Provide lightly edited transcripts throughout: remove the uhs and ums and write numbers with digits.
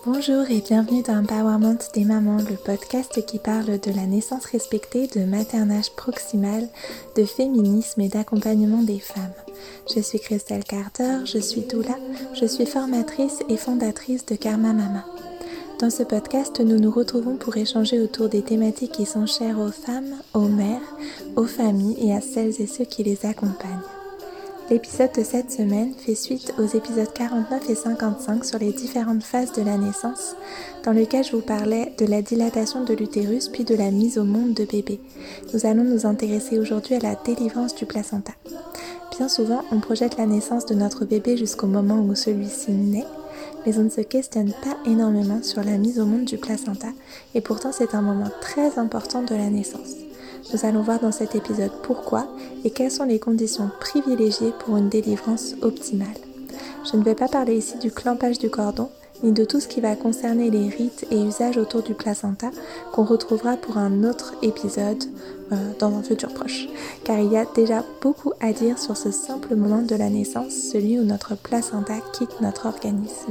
Bonjour et bienvenue dans Empowerment des mamans, le podcast qui parle de la naissance respectée, de maternage proximal, de féminisme et d'accompagnement des femmes. Je suis Christelle Carter, je suis doula, je suis formatrice et fondatrice de Karma Mama. Dans ce podcast, nous nous retrouvons pour échanger autour des thématiques qui sont chères aux femmes, aux mères, aux familles et à celles et ceux qui les accompagnent. L'épisode de cette semaine fait suite aux épisodes 49 et 55 sur les différentes phases de la naissance, dans lequel je vous parlais de la dilatation de l'utérus puis de la mise au monde de bébé. Nous allons nous intéresser aujourd'hui à la délivrance du placenta. Bien souvent, on projette la naissance de notre bébé jusqu'au moment où celui-ci naît, mais on ne se questionne pas énormément sur la mise au monde du placenta, et pourtant c'est un moment très important de la naissance. Nous allons voir dans cet épisode pourquoi et quelles sont les conditions privilégiées pour une délivrance optimale. Je ne vais pas parler ici du clampage du cordon, ni de tout ce qui va concerner les rites et usages autour du placenta qu'on retrouvera pour un autre épisode dans un futur proche. Car il y a déjà beaucoup à dire sur ce simple moment de la naissance, celui où notre placenta quitte notre organisme.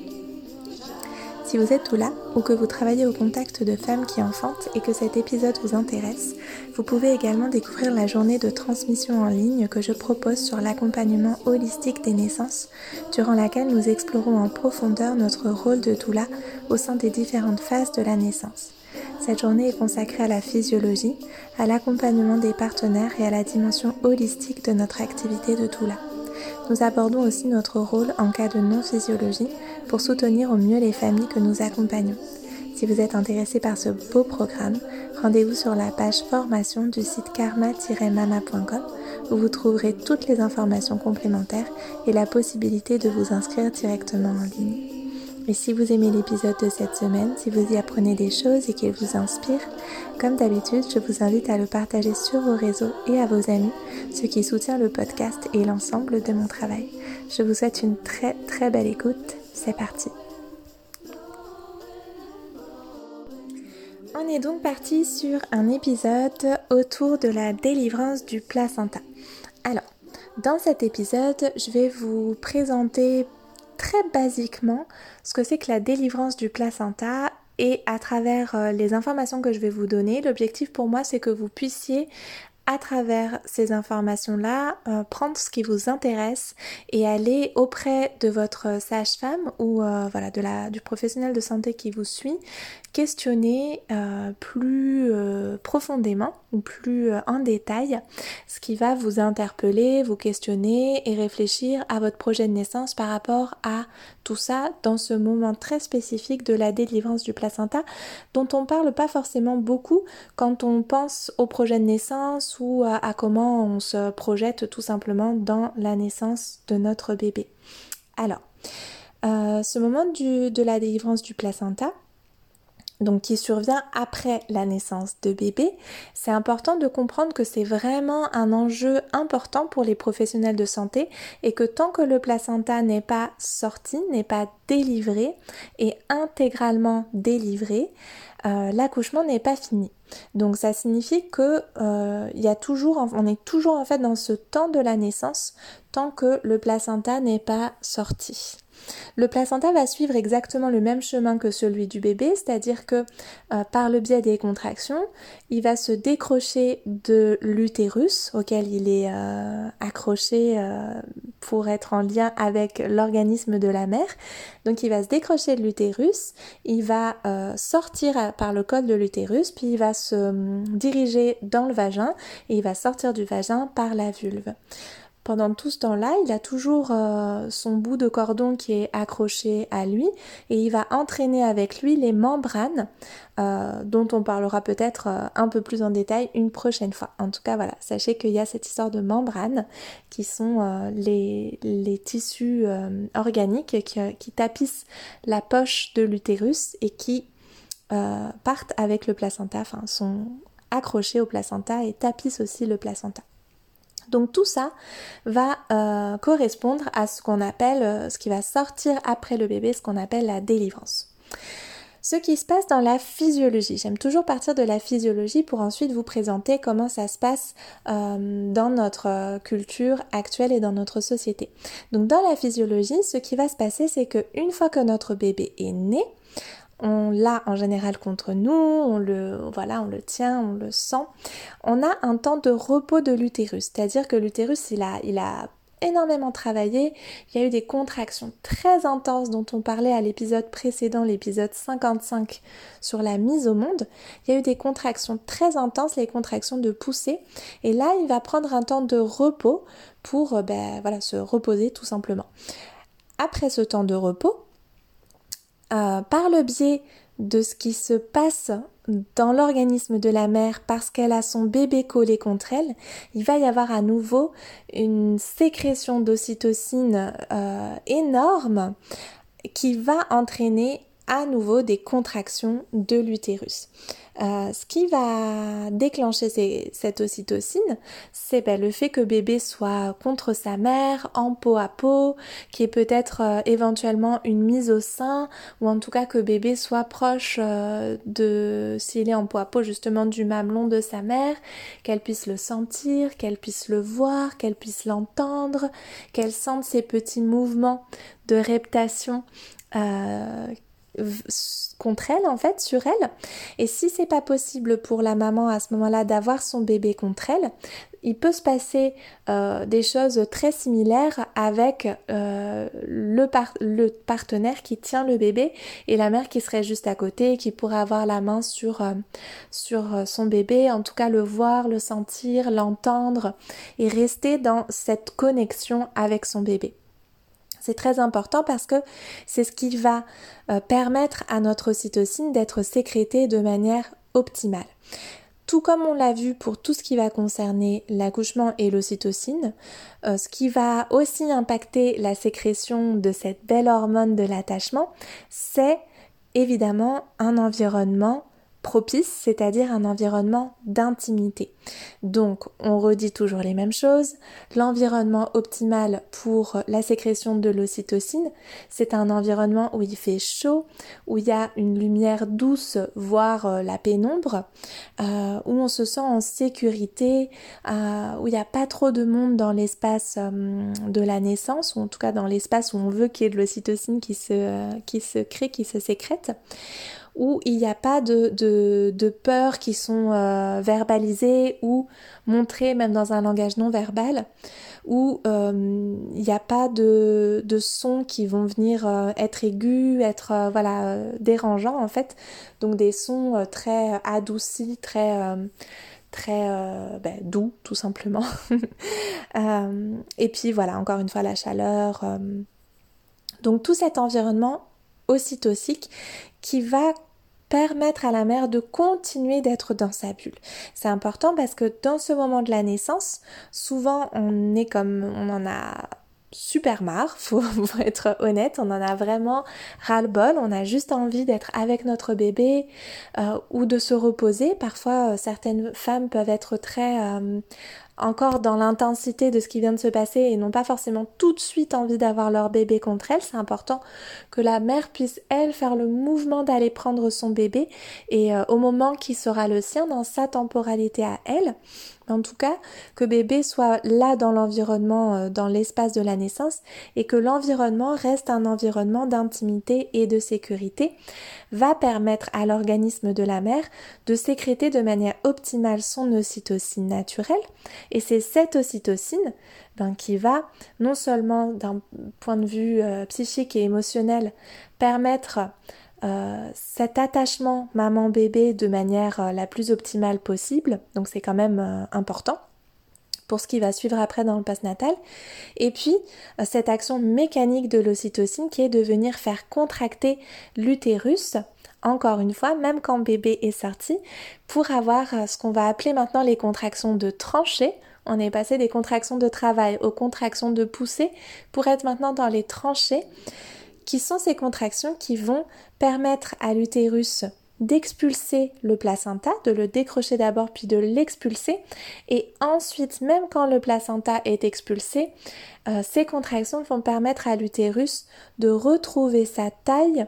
Si vous êtes doula ou que vous travaillez au contact de femmes qui enfantent et que cet épisode vous intéresse, vous pouvez également découvrir la journée de transmission en ligne que je propose sur l'accompagnement holistique des naissances, durant laquelle nous explorons en profondeur notre rôle de doula au sein des différentes phases de la naissance. Cette journée est consacrée à la physiologie, à l'accompagnement des partenaires et à la dimension holistique de notre activité de doula. Nous abordons aussi notre rôle en cas de non-physiologie pour soutenir au mieux les familles que nous accompagnons. Si vous êtes intéressé par ce beau programme, rendez-vous sur la page formation du site karma-mama.com où vous trouverez toutes les informations complémentaires et la possibilité de vous inscrire directement en ligne. Et si vous aimez l'épisode de cette semaine, si vous y apprenez des choses et qu'il vous inspire, comme d'habitude, je vous invite à le partager sur vos réseaux et à vos amis, ce qui soutient le podcast et l'ensemble de mon travail. Je vous souhaite une très très belle écoute. C'est parti. On est donc parti sur un épisode autour de la délivrance du placenta. Alors, dans cet épisode, je vais vous présenter très basiquement ce que c'est que la délivrance du placenta et à travers les informations que je vais vous donner, l'objectif pour moi c'est que vous puissiez à travers ces informations-là, prendre ce qui vous intéresse et aller auprès de votre sage-femme ou du professionnel de santé qui vous suit, questionner plus profondément ou plus en détail ce qui va vous interpeller, vous questionner et réfléchir à votre projet de naissance par rapport à tout ça dans ce moment très spécifique de la délivrance du placenta dont on parle pas forcément beaucoup quand on pense au projet de naissance ou à comment on se projette tout simplement dans la naissance de notre bébé. Alors, ce moment de la délivrance du placenta, donc qui survient après la naissance de bébé, c'est important de comprendre que c'est vraiment un enjeu important pour les professionnels de santé et que tant que le placenta n'est pas sorti, n'est pas délivré et intégralement délivré, l'accouchement n'est pas fini. Donc ça signifie que on est toujours en fait dans ce temps de la naissance tant que le placenta n'est pas sorti. Le placenta va suivre exactement le même chemin que celui du bébé, c'est-à-dire que par le biais des contractions, il va se décrocher de l'utérus auquel il est accroché pour être en lien avec l'organisme de la mère. Donc il va se décrocher de l'utérus, il va sortir par le col de l'utérus, puis il va se diriger dans le vagin et il va sortir du vagin par la vulve. Pendant tout ce temps-là, il a toujours son bout de cordon qui est accroché à lui et il va entraîner avec lui les membranes dont on parlera peut-être un peu plus en détail une prochaine fois. En tout cas, voilà, sachez qu'il y a cette histoire de membranes qui sont les tissus organiques qui tapissent la poche de l'utérus et qui partent avec le placenta, enfin sont accrochés au placenta et tapissent aussi le placenta. Donc tout ça va correspondre à ce qu'on appelle, ce qui va sortir après le bébé, ce qu'on appelle la délivrance. Ce qui se passe dans la physiologie. J'aime toujours partir de la physiologie pour ensuite vous présenter comment ça se passe dans notre culture actuelle et dans notre société. Donc dans la physiologie, ce qui va se passer, c'est qu'une fois que notre bébé est né, on l'a en général contre nous, on le tient, on le sent. On a un temps de repos de l'utérus, c'est-à-dire que l'utérus, il a énormément travaillé, il y a eu des contractions très intenses dont on parlait à l'épisode précédent, l'épisode 55 sur la mise au monde. Il y a eu des contractions très intenses, les contractions de poussée, et là il va prendre un temps de repos pour se reposer tout simplement. Après ce temps de repos, par le biais de ce qui se passe dans l'organisme de la mère parce qu'elle a son bébé collé contre elle, il va y avoir à nouveau une sécrétion d'ocytocine énorme qui va entraîner à nouveau des contractions de l'utérus. Ce qui va déclencher cette ocytocine, c'est le fait que bébé soit contre sa mère, en peau à peau, qu'il y ait peut-être éventuellement une mise au sein, ou en tout cas que bébé soit proche s'il est en peau à peau justement du mamelon de sa mère, qu'elle puisse le sentir, qu'elle puisse le voir, qu'elle puisse l'entendre, qu'elle sente ses petits mouvements de reptation contre elle en fait, sur elle. Et si c'est pas possible pour la maman à ce moment-là d'avoir son bébé contre elle, il peut se passer des choses très similaires avec le partenaire qui tient le bébé et la mère qui serait juste à côté, qui pourrait avoir la main sur son bébé, en tout cas le voir, le sentir, l'entendre et rester dans cette connexion avec son bébé. C'est très important parce que c'est ce qui va permettre à notre ocytocine d'être sécrétée de manière optimale. Tout comme on l'a vu pour tout ce qui va concerner l'accouchement et l'ocytocine, ce qui va aussi impacter la sécrétion de cette belle hormone de l'attachement, c'est évidemment un environnement propice, c'est-à-dire un environnement d'intimité. Donc, on redit toujours les mêmes choses. L'environnement optimal pour la sécrétion de l'ocytocine, c'est un environnement où il fait chaud, où il y a une lumière douce, voire la pénombre, où on se sent en sécurité, où il n'y a pas trop de monde dans l'espace de la naissance, ou en tout cas dans l'espace où on veut qu'il y ait de l'ocytocine qui se crée, qui se sécrète, où il n'y a pas de peurs qui sont verbalisées ou montrées même dans un langage non verbal, où il n'y a pas de sons qui vont venir être aigus, être dérangeants en fait, donc des sons très adoucis, très doux tout simplement. Et puis voilà, encore une fois la chaleur, donc tout cet environnement ocytocique qui va permettre à la mère de continuer d'être dans sa bulle. C'est important parce que dans ce moment de la naissance, souvent on en a super marre, faut être honnête, on en a vraiment ras-le-bol, on a juste envie d'être avec notre bébé ou de se reposer. Parfois, certaines femmes peuvent être très encore dans l'intensité de ce qui vient de se passer et n'ont pas forcément tout de suite envie d'avoir leur bébé contre elle. C'est important que la mère puisse, elle, faire le mouvement d'aller prendre son bébé et au moment qui sera le sien, dans sa temporalité à elle, en tout cas, que bébé soit là dans l'environnement, dans l'espace de la naissance et que l'environnement reste un environnement d'intimité et de sécurité, va permettre à l'organisme de la mère de sécréter de manière optimale son ocytocine naturelle. Et c'est cette ocytocine qui va non seulement d'un point de vue psychique et émotionnel permettre cet attachement maman-bébé de manière la plus optimale possible, donc c'est quand même important pour ce qui va suivre après dans le postnatal, et puis cette action mécanique de l'ocytocine qui est de venir faire contracter l'utérus, encore une fois, même quand bébé est sorti, pour avoir ce qu'on va appeler maintenant les contractions de tranchée. On est passé des contractions de travail aux contractions de poussée pour être maintenant dans les tranchées, qui sont ces contractions qui vont permettre à l'utérus d'expulser le placenta, de le décrocher d'abord puis de l'expulser, et ensuite, même quand le placenta est expulsé, ces contractions vont permettre à l'utérus de retrouver sa taille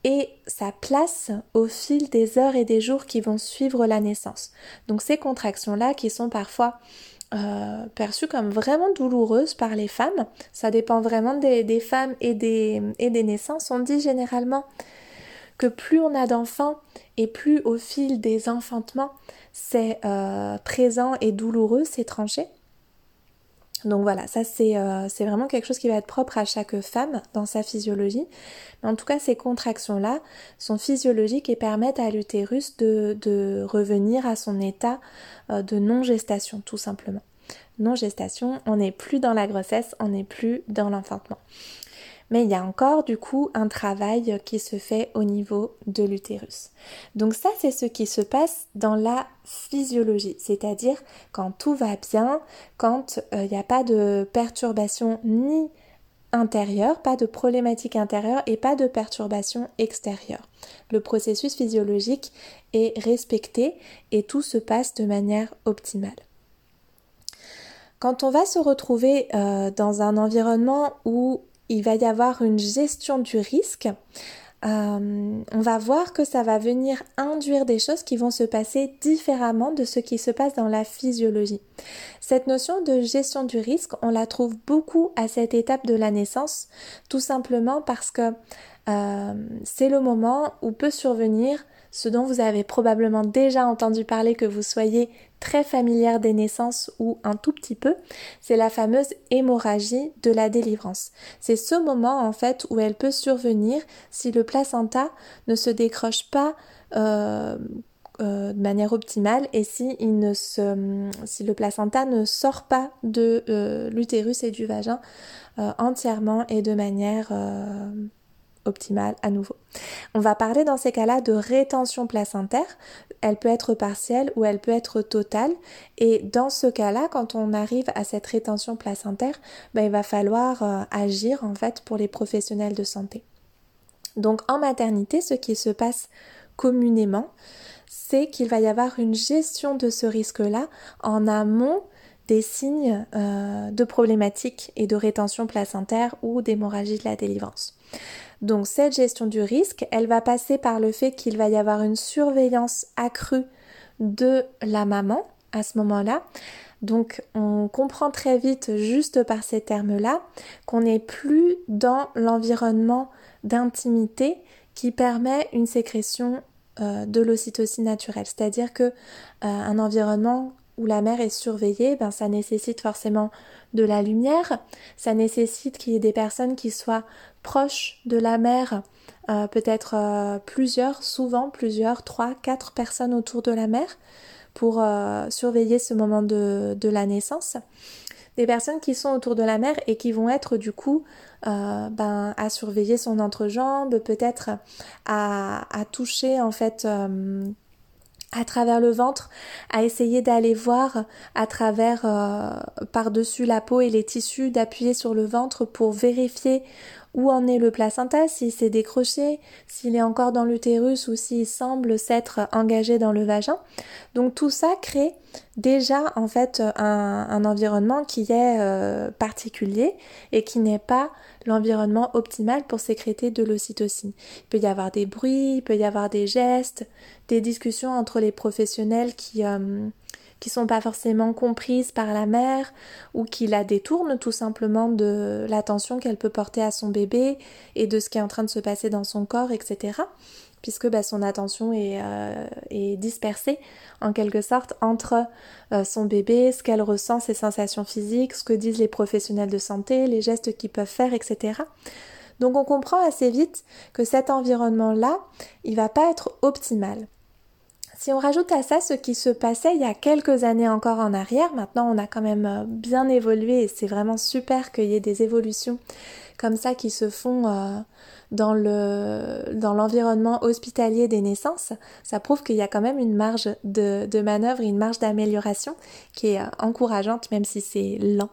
et sa place au fil des heures et des jours qui vont suivre la naissance. Donc ces contractions-là qui sont parfois perçues comme vraiment douloureuses par les femmes, ça dépend vraiment des femmes et des naissances. On dit généralement que plus on a d'enfants et plus au fil des enfantements c'est présent et douloureux, c'est tranché. Donc voilà, ça c'est vraiment quelque chose qui va être propre à chaque femme dans sa physiologie. Mais en tout cas, ces contractions-là sont physiologiques et permettent à l'utérus de revenir à son état de non-gestation, tout simplement. Non-gestation, on n'est plus dans la grossesse, on n'est plus dans l'enfantement. Mais il y a encore du coup un travail qui se fait au niveau de l'utérus. Donc ça, c'est ce qui se passe dans la physiologie, c'est-à-dire quand tout va bien, quand il n'y a pas de perturbation ni intérieure, pas de problématique intérieure et pas de perturbation extérieure. Le processus physiologique est respecté et tout se passe de manière optimale. Quand on va se retrouver dans un environnement où il va y avoir une gestion du risque, on va voir que ça va venir induire des choses qui vont se passer différemment de ce qui se passe dans la physiologie. Cette notion de gestion du risque, on la trouve beaucoup à cette étape de la naissance, tout simplement parce que c'est le moment où peut survenir ce dont vous avez probablement déjà entendu parler, que vous soyez très familière des naissances ou un tout petit peu, c'est la fameuse hémorragie de la délivrance. C'est ce moment en fait où elle peut survenir si le placenta ne se décroche pas de manière optimale et si le placenta ne sort pas de l'utérus et du vagin entièrement et de manière optimale à nouveau. On va parler dans ces cas-là de rétention placentaire. Elle peut être partielle ou elle peut être totale. Et dans ce cas-là, quand on arrive à cette rétention placentaire, il va falloir agir en fait pour les professionnels de santé. Donc en maternité, ce qui se passe communément, c'est qu'il va y avoir une gestion de ce risque-là en amont des signes de problématiques et de rétention placentaire ou d'hémorragie de la délivrance. Donc cette gestion du risque, elle va passer par le fait qu'il va y avoir une surveillance accrue de la maman à ce moment-là. Donc on comprend très vite, juste par ces termes-là, qu'on n'est plus dans l'environnement d'intimité qui permet une sécrétion de l'ocytocine naturelle. C'est-à-dire que un environnement où la mère est surveillée, ça nécessite forcément de la lumière, ça nécessite qu'il y ait des personnes qui soient proches de la mère, peut-être souvent plusieurs, 3, 4 personnes autour de la mère pour surveiller ce moment de la naissance. Des personnes qui sont autour de la mère et qui vont être du coup à surveiller son entrejambe, peut-être à toucher en fait à travers le ventre, à essayer d'aller voir à travers par-dessus la peau et les tissus, d'appuyer sur le ventre pour vérifier où en est le placenta, s'il s'est décroché, s'il est encore dans l'utérus ou s'il semble s'être engagé dans le vagin. Donc tout ça crée déjà en fait un environnement qui est particulier et qui n'est pas l'environnement optimal pour sécréter de l'ocytocine. Il peut y avoir des bruits, il peut y avoir des gestes, des discussions entre les professionnels qui sont pas forcément comprises par la mère ou qui la détournent tout simplement de l'attention qu'elle peut porter à son bébé et de ce qui est en train de se passer dans son corps, etc. Puisque son attention est dispersée en quelque sorte entre son bébé, ce qu'elle ressent, ses sensations physiques, ce que disent les professionnels de santé, les gestes qu'ils peuvent faire, etc. Donc on comprend assez vite que cet environnement-là, il va pas être optimal. Si on rajoute à ça ce qui se passait il y a quelques années encore en arrière, maintenant on a quand même bien évolué et c'est vraiment super qu'il y ait des évolutions comme ça qui se font dans l'environnement hospitalier des naissances. Ça prouve qu'il y a quand même une marge de manœuvre et une marge d'amélioration qui est encourageante même si c'est lent.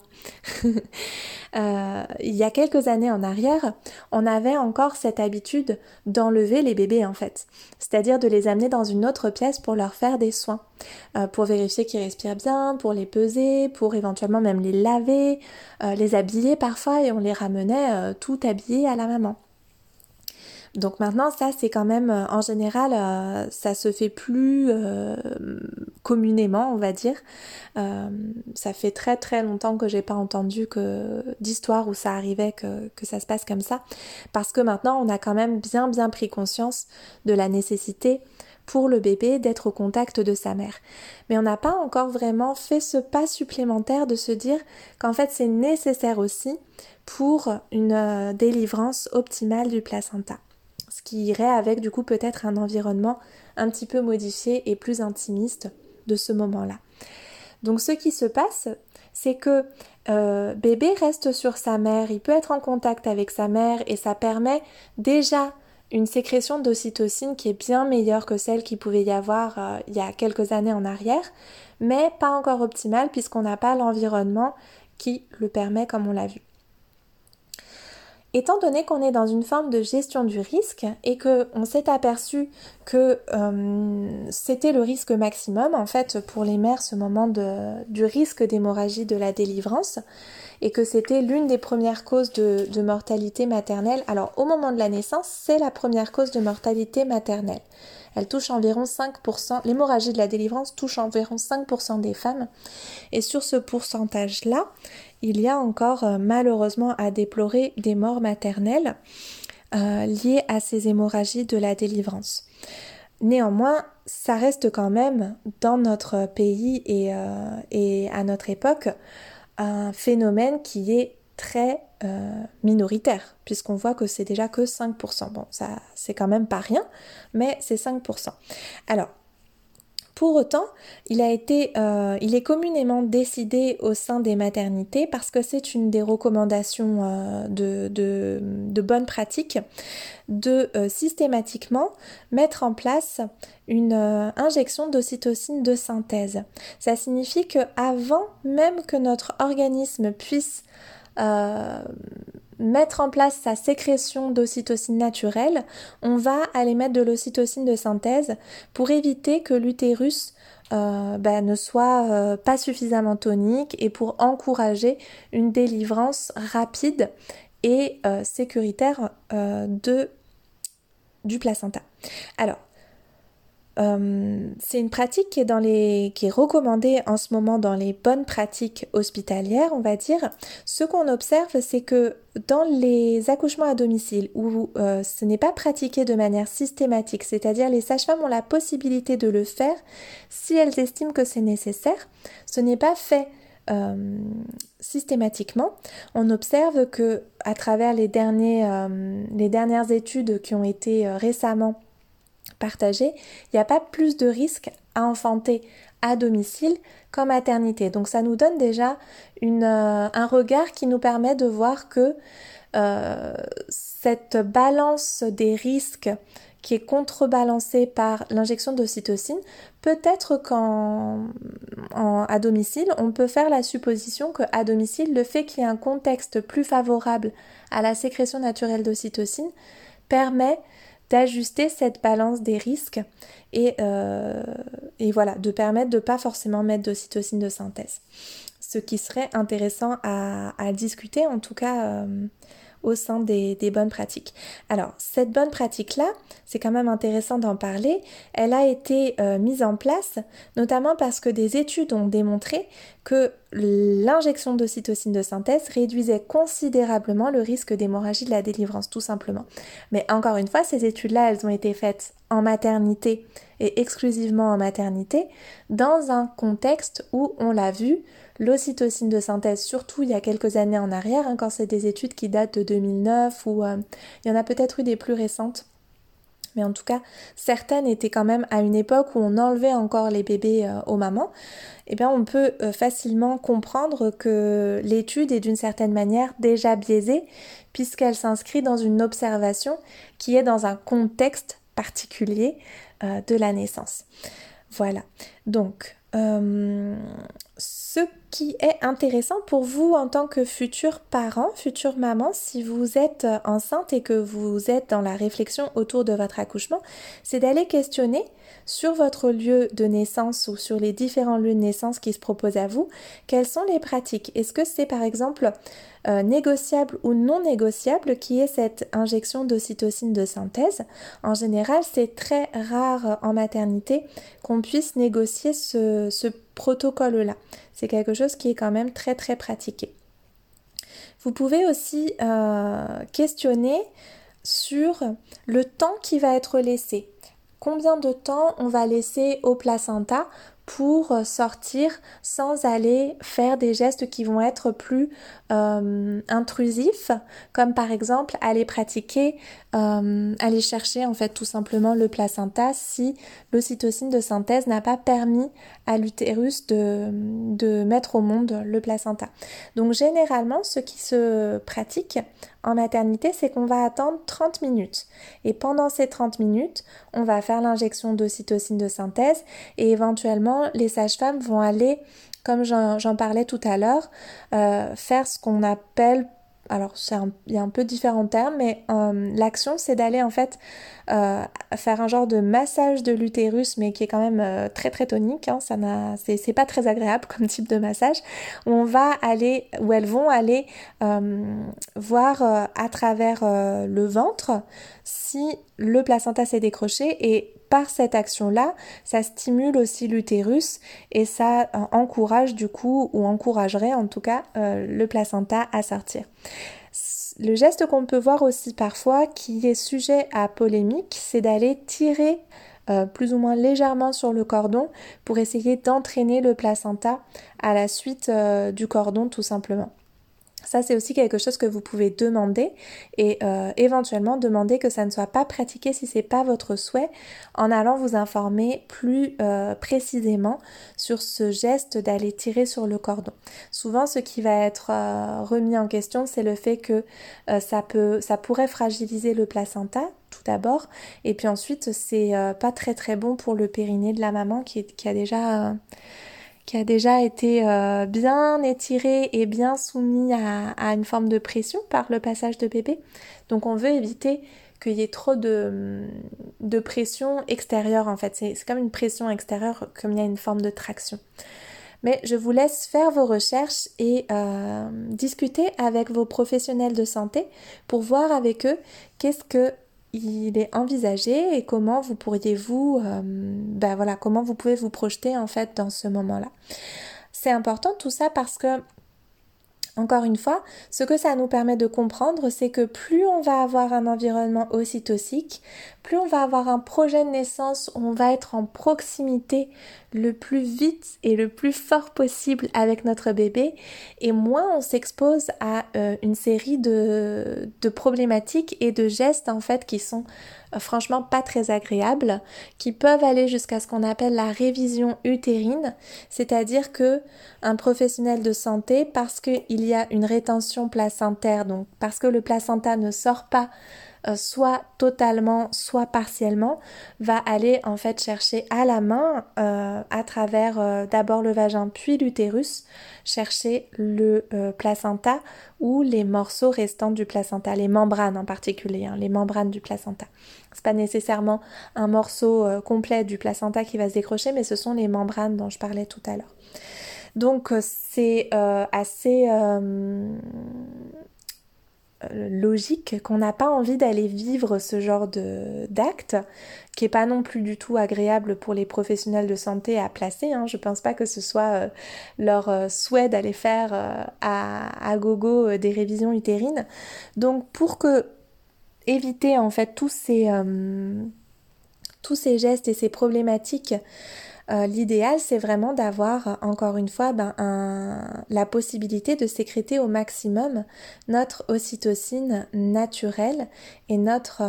Il y a quelques années en arrière, on avait encore cette habitude d'enlever les bébés en fait, c'est-à-dire de les amener dans une autre pièce pour leur faire des soins, pour vérifier qu'ils respirent bien, pour les peser, pour éventuellement même les laver, les habiller parfois et on les ramenait tout habillés à la maman. Donc maintenant, ça c'est quand même, en général, ça se fait plus communément, on va dire. Ça fait très très longtemps que j'ai pas entendu d'histoire où ça arrivait que ça se passe comme ça. Parce que maintenant, on a quand même bien bien pris conscience de la nécessité pour le bébé d'être au contact de sa mère. Mais on n'a pas encore vraiment fait ce pas supplémentaire de se dire qu'en fait c'est nécessaire aussi pour une délivrance optimale du placenta. Ce qui irait avec du coup peut-être un environnement un petit peu modifié et plus intimiste de ce moment-là. Donc ce qui se passe, c'est que bébé reste sur sa mère, il peut être en contact avec sa mère et ça permet déjà une sécrétion d'ocytocine qui est bien meilleure que celle qu'il pouvait y avoir il y a quelques années en arrière, mais pas encore optimale puisqu'on n'a pas l'environnement qui le permet comme on l'a vu. Étant donné qu'on est dans une forme de gestion du risque et qu'on s'est aperçu que c'était le risque maximum en fait pour les mères ce moment du risque d'hémorragie de la délivrance et que c'était l'une des premières causes de mortalité maternelle. Alors au moment de la naissance, c'est la première cause de mortalité maternelle. Elle touche environ 5%, l'hémorragie de la délivrance touche environ 5% des femmes. Et sur ce pourcentage-là, il y a encore malheureusement à déplorer des morts maternelles liées à ces hémorragies de la délivrance. Néanmoins, ça reste quand même dans notre pays et à notre époque un phénomène qui est très minoritaire, puisqu'on voit que c'est déjà que 5%. Bon, ça c'est quand même pas rien, mais c'est 5%. Alors, pour autant, il est communément décidé au sein des maternités parce que c'est une des recommandations de bonne pratique de systématiquement mettre en place une injection d'ocytocine de synthèse. Ça signifie qu'avant même que notre organisme puisse mettre en place sa sécrétion d'ocytocine naturelle, on va aller mettre de l'ocytocine de synthèse pour éviter que l'utérus ne soit pas suffisamment tonique et pour encourager une délivrance rapide et sécuritaire du placenta. Alors, c'est une pratique qui est recommandée en ce moment dans les bonnes pratiques hospitalières, on va dire. Ce qu'on observe, c'est que dans les accouchements à domicile où ce n'est pas pratiqué de manière systématique, c'est-à-dire les sages-femmes ont la possibilité de le faire si elles estiment que c'est nécessaire, ce n'est pas fait systématiquement. On observe que à travers les dernières études qui ont été récemment partagées, il n'y a pas plus de risques à enfanter à domicile qu'en maternité. Donc ça nous donne déjà un regard qui nous permet de voir que cette balance des risques qui est contrebalancée par l'injection d'ocytocine, peut-être qu'à domicile, on peut faire la supposition qu'à domicile, le fait qu'il y ait un contexte plus favorable à la sécrétion naturelle d'ocytocine permet d'ajuster cette balance des risques et voilà, de permettre de ne pas forcément mettre d'ocytocine de synthèse. Ce qui serait intéressant à discuter, en tout cas au sein des bonnes pratiques. Alors, cette bonne pratique-là, c'est quand même intéressant d'en parler, elle a été mise en place notamment parce que des études ont démontré que l'injection d'ocytocine de synthèse réduisait considérablement le risque d'hémorragie de la délivrance, tout simplement. Mais encore une fois, ces études-là, elles ont été faites en maternité et exclusivement en maternité, dans un contexte où, on l'a vu, l'ocytocine de synthèse, surtout il y a quelques années en arrière, quand c'est des études qui datent de 2009 ou il y en a peut-être eu des plus récentes, mais en tout cas certaines étaient quand même à une époque où on enlevait encore les bébés aux mamans, et bien on peut facilement comprendre que l'étude est d'une certaine manière déjà biaisée puisqu'elle s'inscrit dans une observation qui est dans un contexte particulier de la naissance. Voilà, donc ce qui est intéressant pour vous en tant que futur parent, future maman, si vous êtes enceinte et que vous êtes dans la réflexion autour de votre accouchement, c'est d'aller questionner sur votre lieu de naissance ou sur les différents lieux de naissance qui se proposent à vous, quelles sont les pratiques. Est-ce que c'est par exemple négociable ou non négociable qui est cette injection d'ocytocine de synthèse? En général, c'est très rare en maternité qu'on puisse négocier ce protocole-là. C'est quelque chose qui est quand même très très pratiqué. Vous pouvez aussi questionner sur le temps qui va être laissé. Combien de temps on va laisser au placenta pour sortir sans aller faire des gestes qui vont être plus intrusifs, comme par exemple aller pratiquer, aller chercher en fait tout simplement le placenta si l'ocytocine de synthèse n'a pas permis à l'utérus de mettre au monde le placenta. Donc généralement ce qui se pratique en maternité, c'est qu'on va attendre 30 minutes. Et pendant ces 30 minutes, on va faire l'injection d'ocytocine de synthèse et éventuellement, les sages-femmes vont aller, comme j'en parlais tout à l'heure, faire ce qu'on appelle, alors il y a un peu différents termes, mais l'action, c'est d'aller en fait faire un genre de massage de l'utérus, mais qui est quand même très très tonique, hein, c'est pas très agréable comme type de massage, où elles vont aller voir à travers le ventre si le placenta s'est décroché, et par cette action-là, ça stimule aussi l'utérus et ça encourage du coup, ou encouragerait en tout cas, le placenta à sortir. Le geste qu'on peut voir aussi parfois qui est sujet à polémique, c'est d'aller tirer plus ou moins légèrement sur le cordon pour essayer d'entraîner le placenta à la suite du cordon tout simplement. Ça, c'est aussi quelque chose que vous pouvez demander et éventuellement demander que ça ne soit pas pratiqué si c'est pas votre souhait, en allant vous informer plus précisément sur ce geste d'aller tirer sur le cordon. Souvent, ce qui va être remis en question, c'est le fait que ça pourrait fragiliser le placenta, tout d'abord, et puis ensuite, c'est pas très très bon pour le périnée de la maman qui a déjà été bien étiré et bien soumis à une forme de pression par le passage de bébé. Donc on veut éviter qu'il y ait trop de pression extérieure en fait. C'est comme une pression extérieure, comme il y a une forme de traction. Mais je vous laisse faire vos recherches et discuter avec vos professionnels de santé pour voir avec eux qu'est-ce que il est envisagé et comment vous pourriez comment vous pouvez vous projeter en fait dans ce moment-là. C'est important tout ça parce que, encore une fois, ce que ça nous permet de comprendre, c'est que plus on va avoir un environnement ocytocique, plus on va avoir un projet de naissance où on va être en proximité le plus vite et le plus fort possible avec notre bébé, et moins on s'expose à une série de problématiques et de gestes en fait qui sont franchement pas très agréables, qui peuvent aller jusqu'à ce qu'on appelle la révision utérine, c'est-à-dire que un professionnel de santé, parce qu'il y a une rétention placentaire, donc parce que le placenta ne sort pas soit totalement, soit partiellement, va aller en fait chercher à la main, à travers d'abord le vagin puis l'utérus, chercher le placenta ou les morceaux restants du placenta, les membranes en particulier, hein, les membranes du placenta. C'est pas nécessairement un morceau complet du placenta qui va se décrocher, mais ce sont les membranes dont je parlais tout à l'heure. Donc c'est assez logique qu'on n'a pas envie d'aller vivre ce genre d'acte qui est pas non plus du tout agréable pour les professionnels de santé à placer, hein. Je pense pas que ce soit leur souhait d'aller faire à gogo des révisions utérines. Donc pour éviter en fait tous ces gestes et ces problématiques, l'idéal, c'est vraiment d'avoir, encore une fois, la possibilité de sécréter au maximum notre ocytocine naturelle et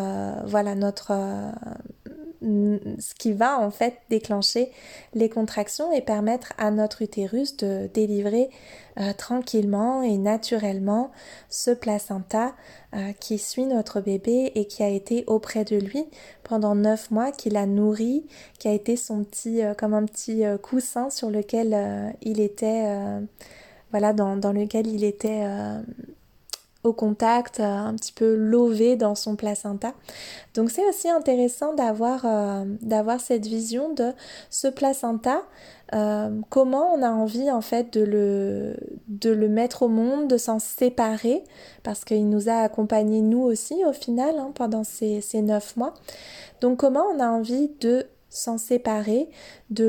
ce qui va en fait déclencher les contractions et permettre à notre utérus de délivrer tranquillement et naturellement ce placenta qui suit notre bébé et qui a été auprès de lui pendant 9 mois, qui l'a nourri, qui a été son petit, comme un petit coussin sur lequel il était, dans lequel il était au contact, un petit peu lové dans son placenta. Donc c'est aussi intéressant d'avoir cette vision de ce placenta, comment on a envie en fait de le mettre au monde, de s'en séparer, parce qu'il nous a accompagnés nous aussi au final pendant ces 9 mois. Donc comment on a envie de s'en séparer, de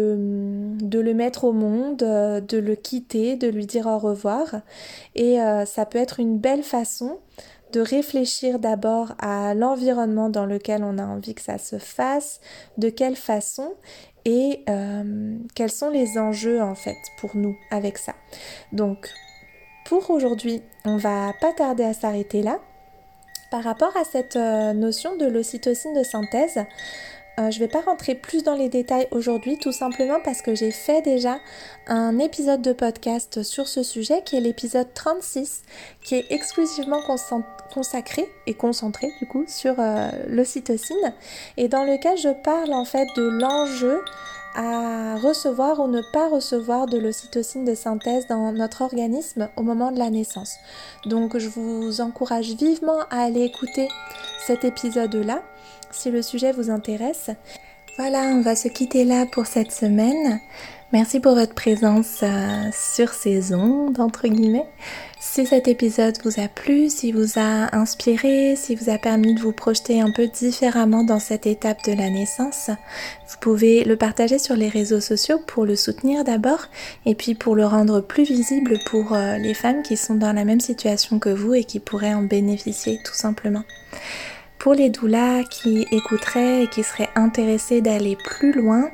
le mettre au monde, de le quitter, de lui dire au revoir. Et ça peut être une belle façon de réfléchir d'abord à l'environnement dans lequel on a envie que ça se fasse, de quelle façon et quels sont les enjeux en fait pour nous avec ça. Donc pour aujourd'hui, on va pas tarder à s'arrêter là. Par rapport à cette notion de l'ocytocine de synthèse, je ne vais pas rentrer plus dans les détails aujourd'hui, tout simplement parce que j'ai fait déjà un épisode de podcast sur ce sujet, qui est l'épisode 36, qui est exclusivement consacré et concentré du coup sur l'ocytocine, et dans lequel je parle en fait de l'enjeu à recevoir ou ne pas recevoir de l'ocytocine de synthèse dans notre organisme au moment de la naissance. Donc je vous encourage vivement à aller écouter cet épisode-là si le sujet vous intéresse. Voilà, on va se quitter là pour cette semaine. Merci pour votre présence sur ces ondes, entre guillemets. Si cet épisode vous a plu, si vous a inspiré, si vous a permis de vous projeter un peu différemment dans cette étape de la naissance, vous pouvez le partager sur les réseaux sociaux pour le soutenir d'abord, et puis pour le rendre plus visible pour les femmes qui sont dans la même situation que vous et qui pourraient en bénéficier tout simplement. Pour les doulas qui écouteraient et qui seraient intéressés d'aller plus loin,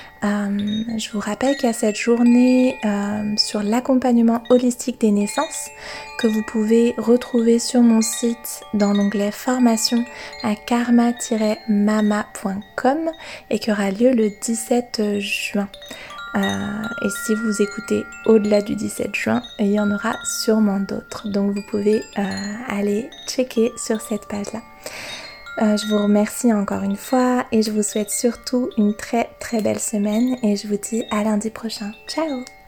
je vous rappelle qu'il y a cette journée sur l'accompagnement holistique des naissances que vous pouvez retrouver sur mon site dans l'onglet formation à karma-mama.com et qui aura lieu le 17 juin. Et si vous écoutez au-delà du 17 juin, il y en aura sûrement d'autres. Donc vous pouvez aller checker sur cette page-là. Je vous remercie encore une fois et je vous souhaite surtout une très très belle semaine et je vous dis à lundi prochain. Ciao!